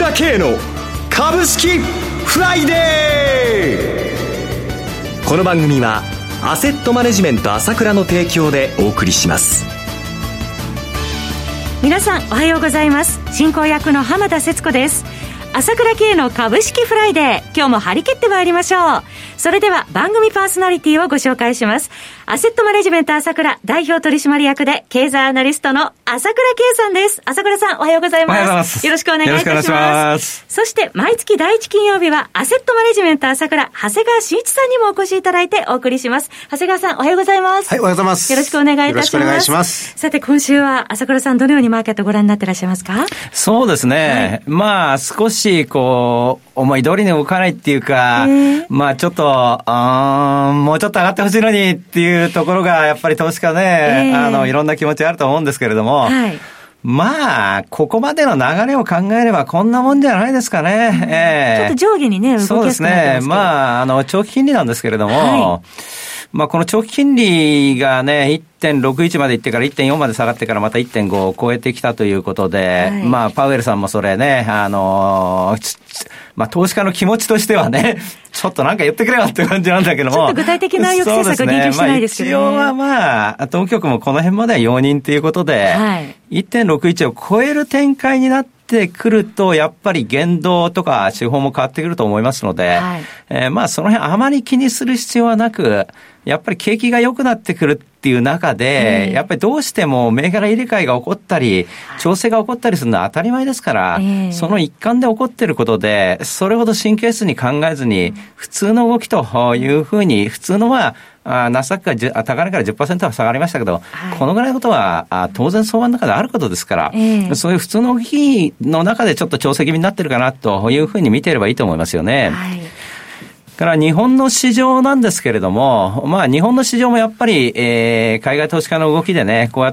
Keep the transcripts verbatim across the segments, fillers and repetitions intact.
倉慶の株式フライデー。この番組はアセットマネジメント朝倉の提供でお送りします。 皆さんおはようございます。進行役の浜田節子です。朝倉慶の株式フライデー、今日も張り切ってまいりましょう。それでは番組パーソナリティをご紹介します。アセットマネジメント朝倉代表取締役で経済アナリストの朝倉慶さんです。朝倉さんおはようございます。 おはようございます。 よろしくお願いいたします。 ます。 そして毎月第一金曜日はアセットマネジメント朝倉長谷川慎一さんにもお越しいただいてお送りします。長谷川さんおはようございます。 はい、おはようございます。 よろしくお願いいたします。 よろしくお願いします。 さて今週は朝倉さんどのようにマーケットご覧になっていらっしゃいますか？ そうですね、はい、まあ少しこう思い通りに動かないっていうか、まあちょっとあもうちょっと上がってほしいのにっていうところがやっぱり投資家ね、えー、あのいろんな気持ちあると思うんですけれども、はい、まあここまでの流れを考えればこんなもんじゃないですかね、うんえー、 ちょっと上下にね動きやすくなってますけど、そうですね、 まああの長期金利なんですけれども、はい、まあこの長期金利がね いってんろくいち までいってから いってんよん まで下がってからまた いってんご を超えてきたということで、はい、まあパウエルさんもそれねあのーまあ、投資家の気持ちとしてはね、ちょっとなんか言ってくれよって感じなんだけども。 ちょっと具体的な抑制策は言及してないですけどね。 まあ、一応はまあ、当局もこの辺までは容認ということで、はい、いってんろくいち を超える展開になってくると、やっぱり言動とか手法も変わってくると思いますので、はいえー、まあその辺あまり気にする必要はなく、やっぱり景気が良くなってくるっていう中で、えー、やっぱりどうしても銘柄入れ替えが起こったり、調整が起こったりするのは当たり前ですから、えー、その一環で起こっていることで、それほど神経質に考えずに、普通の動きというふうに、普通のは、ナスダックが高値から じゅっパーセント は下がりましたけど、はい、このぐらいのことは当然相場の中であることですから、えー、そういう普通の動きの中でちょっと調整気味になってるかなというふうに見ていればいいと思いますよね。はいから日本の市場なんですけれども、まあ日本の市場もやっぱり、えー、海外投資家の動きでね、こうやって、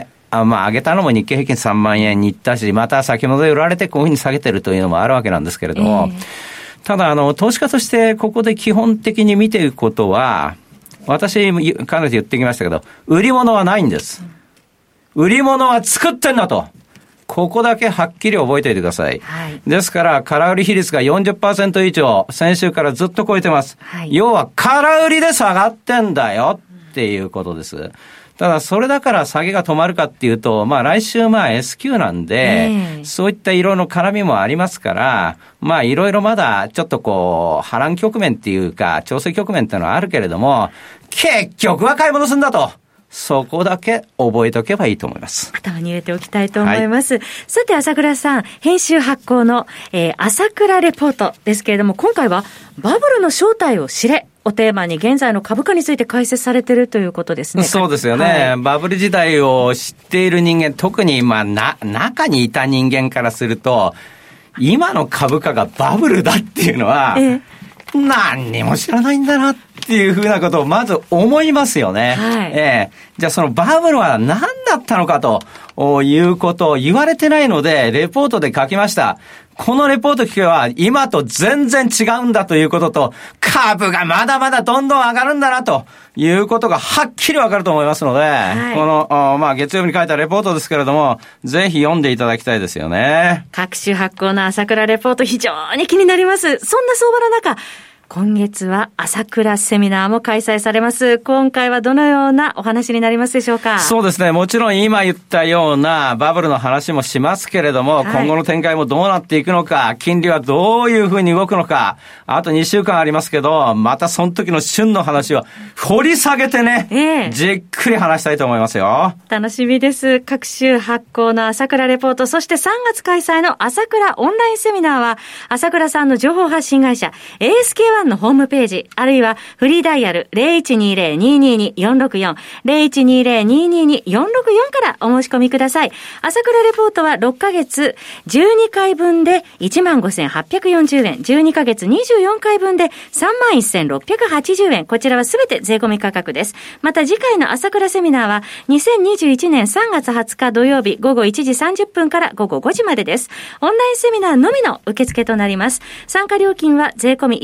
あまあ上げたのも日経平均さんまんえんに行ったし、また先物で売られてこういうふうに下げてるというのもあるわけなんですけれども、えー、ただあの、投資家としてここで基本的に見ていくことは、私、かなり言ってきましたけど、売り物はないんです。売り物は作ってんだと。ここだけはっきり覚えておいてください。はい、ですから、空売り比率が よんじゅっパーセント 以上、先週からずっと超えてます。はい、要は、空売りで下がってんだよっていうことです。ただ、それだから下げが止まるかっていうと、まあ来週まあ エスキュー なんで、えー、そういった色の絡みもありますから、まあいろいろまだちょっとこう、波乱局面っていうか、調整局面っていうのはあるけれども、結局は買い戻すんだと。そこだけ覚えておけばいいと思います。 頭に入れておきたいと思います。はい、さて、朝倉さん、編集発行の、えー、朝倉レポートですけれども、今回はバブルの正体を知れをテーマに現在の株価について解説されているということですね。 そうですよね。はい、バブル時代を知っている人間、特にまあな中にいた人間からすると、今の株価がバブルだっていうのは、えー何にも知らないんだなっていうふうなことをまず思いますよね。はい、えー、じゃあそのバブルは何だったのかということを言われてないので、レポートで書きました。このレポート聞けば今と全然違うんだということと、株がまだまだどんどん上がるんだなということがはっきりわかると思いますので、はい、この、まあ月曜日に書いたレポートですけれども、ぜひ読んでいただきたいですよね。 各種発行の朝倉レポート非常に気になります。そんな相場の中、今月は朝倉セミナーも開催されます。今回はどのようなお話になりますでしょうか？ そうですね。もちろん今言ったようなバブルの話もしますけれども、はい、今後の展開もどうなっていくのか、金利はどういうふうに動くのか、あとにしゅうかんありますけど、またその時の旬の話を掘り下げてね、えー、じっくり話したいと思いますよ。 楽しみです。各種発行の朝倉レポート、そしてさんがつ開催の朝倉オンラインセミナーは、朝倉さんの情報発信会社 エーエスケーワンのホームページ、あるいはフリーダイヤル ゼロいちにゼロ にーにーにー よんろくよん ゼロいちにゼロ にーにーにー よんろくよん からお申し込みください。朝倉レポートはろっかげつじゅうにかいぶんで いちまんごせんはっぴゃくよんじゅうえん、じゅうにかげつにじゅうよんかいぶんで さんまんせんろっぴゃくはちじゅうえん、こちらはすべて税込み価格です。また次回の朝倉セミナーはにせんにじゅういちねんさんがつはつか土曜日ごごいちじさんじゅっぷんからごごごじまでです。オンラインセミナーのみの受付となります。参加料金は税込みいちまん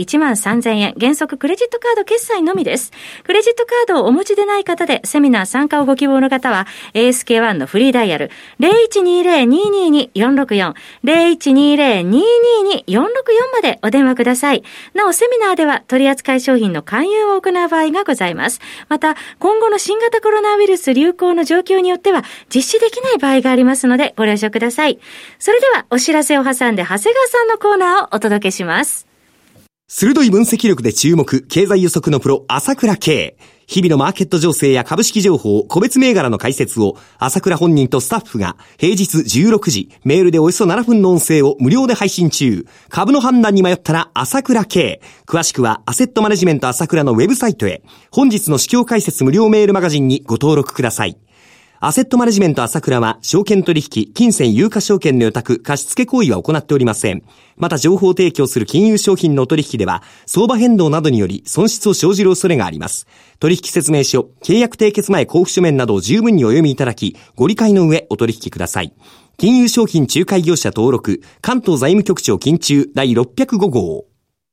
さんぜんえん。原則クレジットカード決済のみです。クレジットカードをお持ちでない方でセミナー参加をご希望の方は エーエスケーワン のフリーダイヤル ゼロいちにゼロ にーにーに よんろくよん ゼロいちにゼロ にーにーに よんろくよんまでお電話ください。なおセミナーでは取扱い商品の勧誘を行う場合がございます。また今後の新型コロナウイルス流行の状況によっては実施できない場合がありますのでご了承ください。それではお知らせを挟んで長谷川さんのコーナーをお届けします。 鋭い分析力で注目、経済予測のプロ、朝倉慶。日々のマーケット情勢や株式情報、個別銘柄の解説を、朝倉本人とスタッフが、平日じゅうろくじ、メールでおよそななふんの音声を無料で配信中。株の判断に迷ったら、朝倉慶。詳しくは、アセットマネジメント朝倉のウェブサイトへ。本日の市況解説無料メールマガジンにご登録ください。アセットマネジメント朝倉は、証券取引、金銭有価証券の予託、貸付行為は行っておりません。また、情報提供する金融商品の取引では、相場変動などにより損失を生じる恐れがあります。取引説明書、契約締結前交付書面などを十分にお読みいただき、ご理解の上お取引ください。金融商品仲介業者登録、関東財務局長金中第ろっぴゃくご号。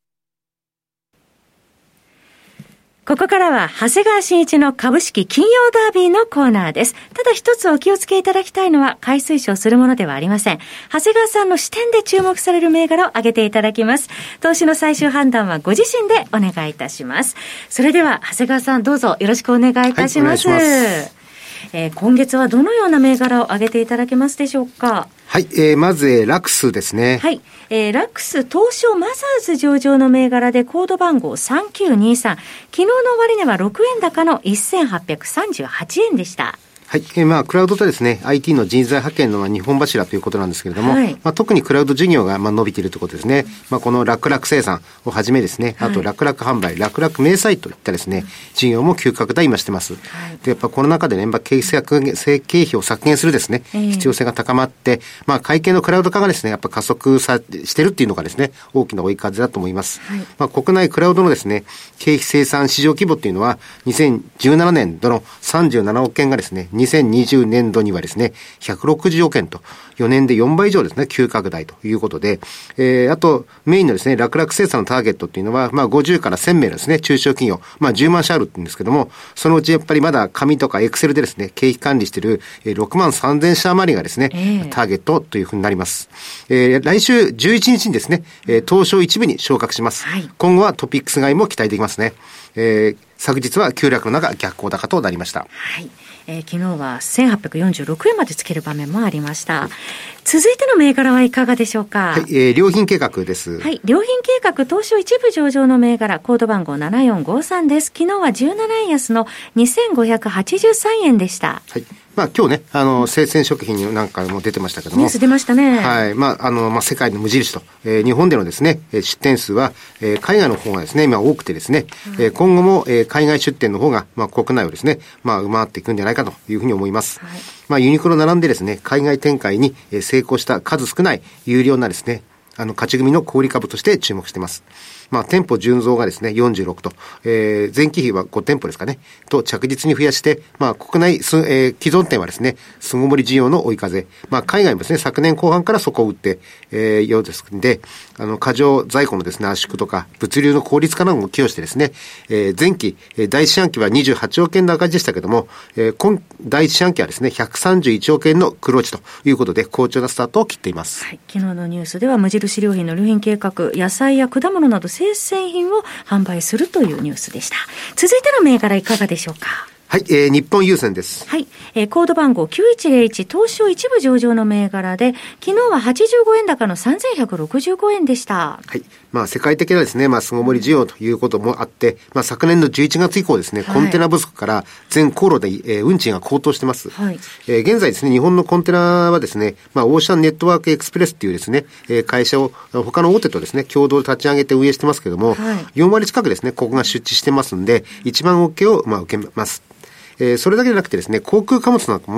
ここからは長谷川慎一の株式金曜ダービーのコーナーです。ただ一つお気をつけいただきたいのは買い推奨するものではありません。長谷川さんの視点で注目される銘柄を挙げていただきます。投資の最終判断はご自身でお願いいたします。それでは長谷川さんどうぞよろしくお願いいたします。はい、お願いします。えー、今月はどのような銘柄を挙げていただけますでしょうか。 はい、えー、まず、えー、ラクスですね。 はい、えー、ラクス東証マザーズ上場の銘柄でコード番号さんきゅうにさん。昨日の終値はろくえん高のせんはっぴゃくさんじゅうはちえんでした。 はい。えー、まあ、クラウドとですね、アイティー の人材派遣のまあ日本柱ということなんですけれども、はい、まあ、特にクラウド事業がまあ伸びているということですね。まあ、この楽々生産をはじめですね、あと楽々販売、楽々明細といったですね、事業も急拡大今してます。はい、で、やっぱコロナ禍でね、まあ、経費削減、経費を削減するですね、必要性が高まって、まあ、会計のクラウド化がですね、やっぱ加速さ、してるっていうのがですね、大きな追い風だと思います。はい、まあ、国内クラウドのですね、経費生産市場規模っていうのは、にせんじゅうななねん度のさんじゅうななおくえんがですね、にせんにじゅうねん度にはですね、ひゃくろくじゅうおくえんと、よねんでよんばい以上ですね、急拡大ということで、えー、あと、メインのですね、楽々生産のターゲットっていうのは、まあ、ごじゅうからせんめいのですね、中小企業、まあ、じゅうまん社あるって言うんですけども、そのうちやっぱりまだ紙とかエクセルでですね、経費管理している、えー、ろくまんさんぜん社余りがですね、えー、ターゲットというふうになります。えー、来週じゅういちにちにですね、えー、東証一部に昇格します。はい、今後はトピックス買いも期待できますね。えー、昨日は急落の中、逆行高となりました。 はい。えー、昨日はせんはっぴゃくよんじゅうろくえんまでつける場面もありました。続いての銘柄はいかがでしょうか。 はい、えー、良品計画です。 はい、良品計画東証一部上場の銘柄コード番号ななよんごさんです。昨日はじゅうななえん安のにせんごひゃくはちじゅうさんえんでした。 はい。まあ今日ね、あの、生鮮食品なんかも出てましたけども。 ニュース出ましたね。 はい。まあ、あの、まあ世界の無印と、えー、日本でのですね、出店数は、えー、海外の方がですね、今多くてですね、うん、えー、今後も、えー、海外出店の方が、まあ国内をですね、まあ上回っていくんじゃないかというふうに思います。はい、まあユニクロ並んでですね、海外展開に成功した数少ない有料なですね、あの、勝ち組の小売株として注目しています。まあ、店舗純増がですね、よんじゅうろくと、えー、前期比はごてんぽですかね、と着実に増やして、まあ、国内す、えー、既存店はですね、巣ごもり需要の追い風、まあ、海外もですね、昨年後半から底を打って、えー、ようですんで、あの、過剰在庫のですね、圧縮とか、物流の効率化なども寄与してですね、えー、前期、えー、第一四半期はにじゅうはちおくえんの赤字でしたけども、えー、今、第一四半期はですね、ひゃくさんじゅういちおくえんの黒字ということで、好調なスタートを切っています。 はい、昨日のニュースでは、無印良品の良品計画、野菜や果物など生鮮品を販売するというニュースでした。続いての銘柄いかがでしょうか。 はい、えー、日本郵船です。 はい、えー、コード番号きゅういちゼロいち東証一部上場の銘柄で、昨日ははちじゅうごえん高のさんぜんひゃくろくじゅうごえんでした。 はい。まあ、世界的なですね、まあ、巣ごもり需要ということもあって、まあ、昨年のじゅういちがつ以降ですね、コンテナ不足から全航路で、えー、運賃が高騰してます。はい。えー、現在ですね、日本のコンテナはですね、まあ、オーシャンネットワークエクスプレスっていうですね、えー、会社を、他の大手とですね、共同で立ち上げて運営してますけども、はい、よんわり近くですね、ここが出地してますんで、一番 OK を、まあ、受けます。えー、それだけでなくてですね、航空貨物なんかも、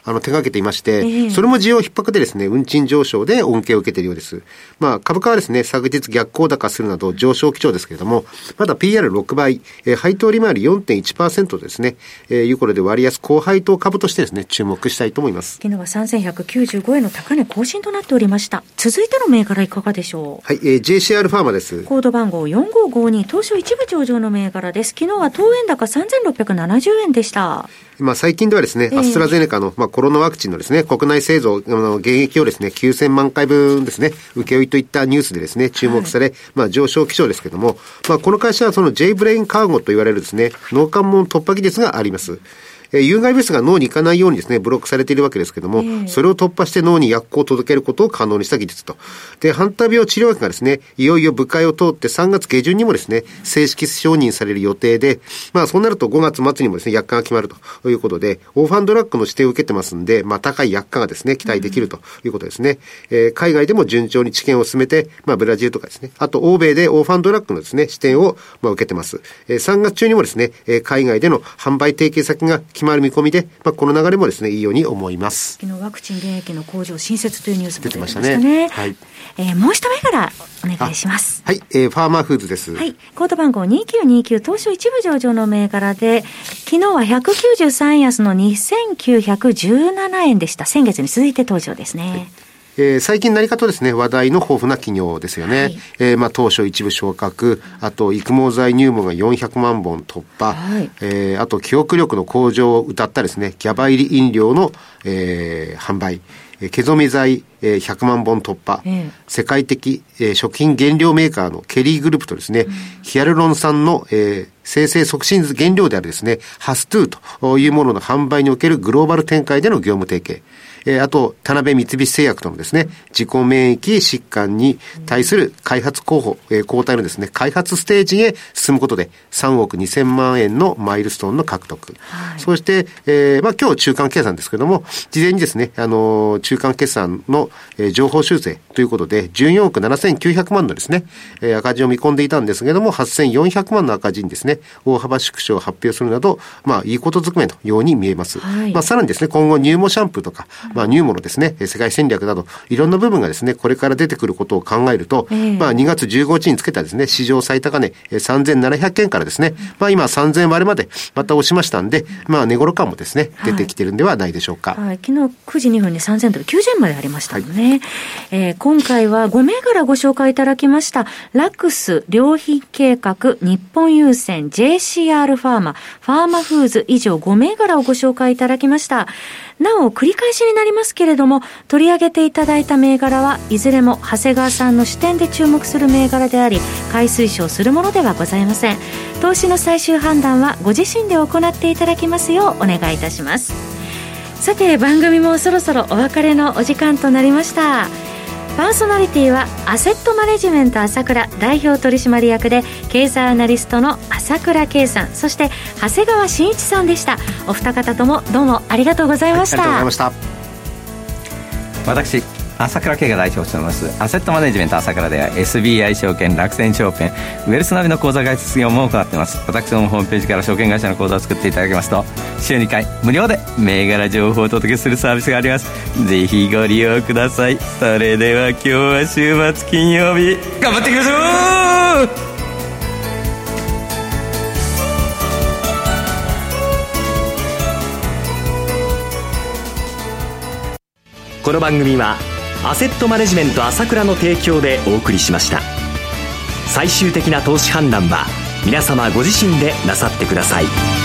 あの手掛けていまして、えー、それも需要逼迫でですね、運賃上昇で恩恵を受けているようです。まあ、株価はですね、昨日逆行高するなど上昇基調ですけれども、まだ ピーアールろく 倍、えー、配当利回り よんてんいちパーセント ですね、えー、いうことで割安高配当株としてですね、注目したいと思います。 昨日はさんぜんひゃくきゅうじゅうごえんの高値更新となっておりました。続いての銘柄いかがでしょう。はい、えー、ジェーシーアール ファーマです。 コード番号よんごごに、東証一部上場の銘柄です。昨日は当円高さんぜんろっぴゃくななじゅうえんでした。 まあ、最近ではですね、えー、アストラゼネカの、まあ、コロナワクチンのですね、国内製造の現役をですね、きゅうせんまんかいぶんですね、請負といったニュースでですね、注目され、はい、まあ、上昇基調ですけども、まあ、この会社はその J ブレインカーゴと言われるですね、脳関門突破技術があります。えー、有害物質が脳に行かないようにですね、ブロックされているわけですけども、えー、それを突破して脳に薬効を届けることを可能にした技術と。で、ハンター病治療薬がですね、いよいよ部会を通ってさんがつげじゅんにもですね、正式承認される予定で、まあそうなるとごがつ末にもですね、薬価が決まるということで、オーファンドラッグの指定を受けてますんで、まあ高い薬価がですね、期待できるということですね。うん、えー、海外でも順調に治験を進めて、まあブラジルとかですね、あと欧米でオーファンドラッグのですね、指定をまあ受けてます。えー、さんがつ中にもですね、えー、海外での販売提携先が決まる見込みで、まあ、この流れもですね、いいように思います。 昨日ワクチン現役の工場新設というニュースも出てましたね。出てましたね。はい。えー、もう一銘柄お願いします。 はい、えー、ファーマーフーズです。 はい。コード番号にきゅうにきゅう、東証一部上場の銘柄で、昨日はひゃくきゅうじゅうさんえん安のにせんきゅうひゃくじゅうななえんでした。先月に続いて登場ですね。はい、 えー、最近何かとですね、話題の豊富な企業ですよね。はい、えー、まあ、当初一部昇格、あと育毛剤入門がよんひゃくまんぼん突破、はい、えー、あと記憶力の向上を謳ったですね、ギャバ入り飲料の、えー、販売、毛染め剤、えー、ひゃくまんぼん突破、えー、世界的、えー、食品原料メーカーのケリーグループとですね、うん、ヒアルロン酸の、えー、生成促進原料であるですね、ハストゥーというものの販売におけるグローバル展開での業務提携、えー、あと、田辺三菱製薬とのですね、自己免疫疾患に対する開発候補、えー、抗体のですね、開発ステージへ進むことでさんおくにせんまんえんのマイルストーンの獲得。はい、そして、えー、まあ今日中間決算ですけども、事前にですね、あのー、中間決算の、えー、情報修正ということで、じゅうよんおくななせんきゅうひゃくまんのですね、えー、赤字を見込んでいたんですけども、はっせんよんひゃくまんの赤字にですね、大幅縮小を発表するなど、まあいいことずくめのように見えます。はい、まあさらにですね、今後乳毛シャンプーとか、まあ、乳毛のですね、世界戦略など、いろんな部分がですね、これから出てくることを考えると、えー、まあ、にがつじゅうごにちにつけたですね、史上最高値、さんぜんななひゃくえんからですね、まあ、今さんぜん割までまた押しましたんで、まあ、値頃感もですね、出てきてるんではないでしょうか。 はいはい、昨日くじにふんにさんぜんドルきゅうじゅうえんまでありましたのでね。はい、えー、今回はご銘柄ご紹介いただきました。ラクス、良品計画、日本郵船、ジェーシーアール ファーマ、ファーマフーズ以上ご銘柄をご紹介いただきました。なお繰り返しになりますけれども、取り上げていただいた銘柄はいずれも長谷川さんの視点で注目する銘柄であり、買い推奨するものではございません。投資の最終判断はご自身で行っていただきますようお願いいたします。さて、番組もそろそろお別れのお時間となりました。パーソナリティはアセットマネジメント朝倉代表取締役で経済アナリストの朝倉圭さん、そして長谷川慎一さんでした。お二方ともどうもありがとうございました。 ありがとうございました。私朝倉圭が代表を務めますアセットマネジメント朝倉では エスビーアイ 証券、楽天証券、ウェルスナビの口座開設業務を行っています。私のホームページから証券会社の口座を作っていただきますと、週にかい無料で銘柄情報をお届けするサービスがあります。ぜひご利用ください。それでは今日は週末金曜日、頑張っていきましょう。 この番組はアセットマネジメント朝倉の提供でお送りしました。最終的な投資判断は皆様ご自身でなさってください。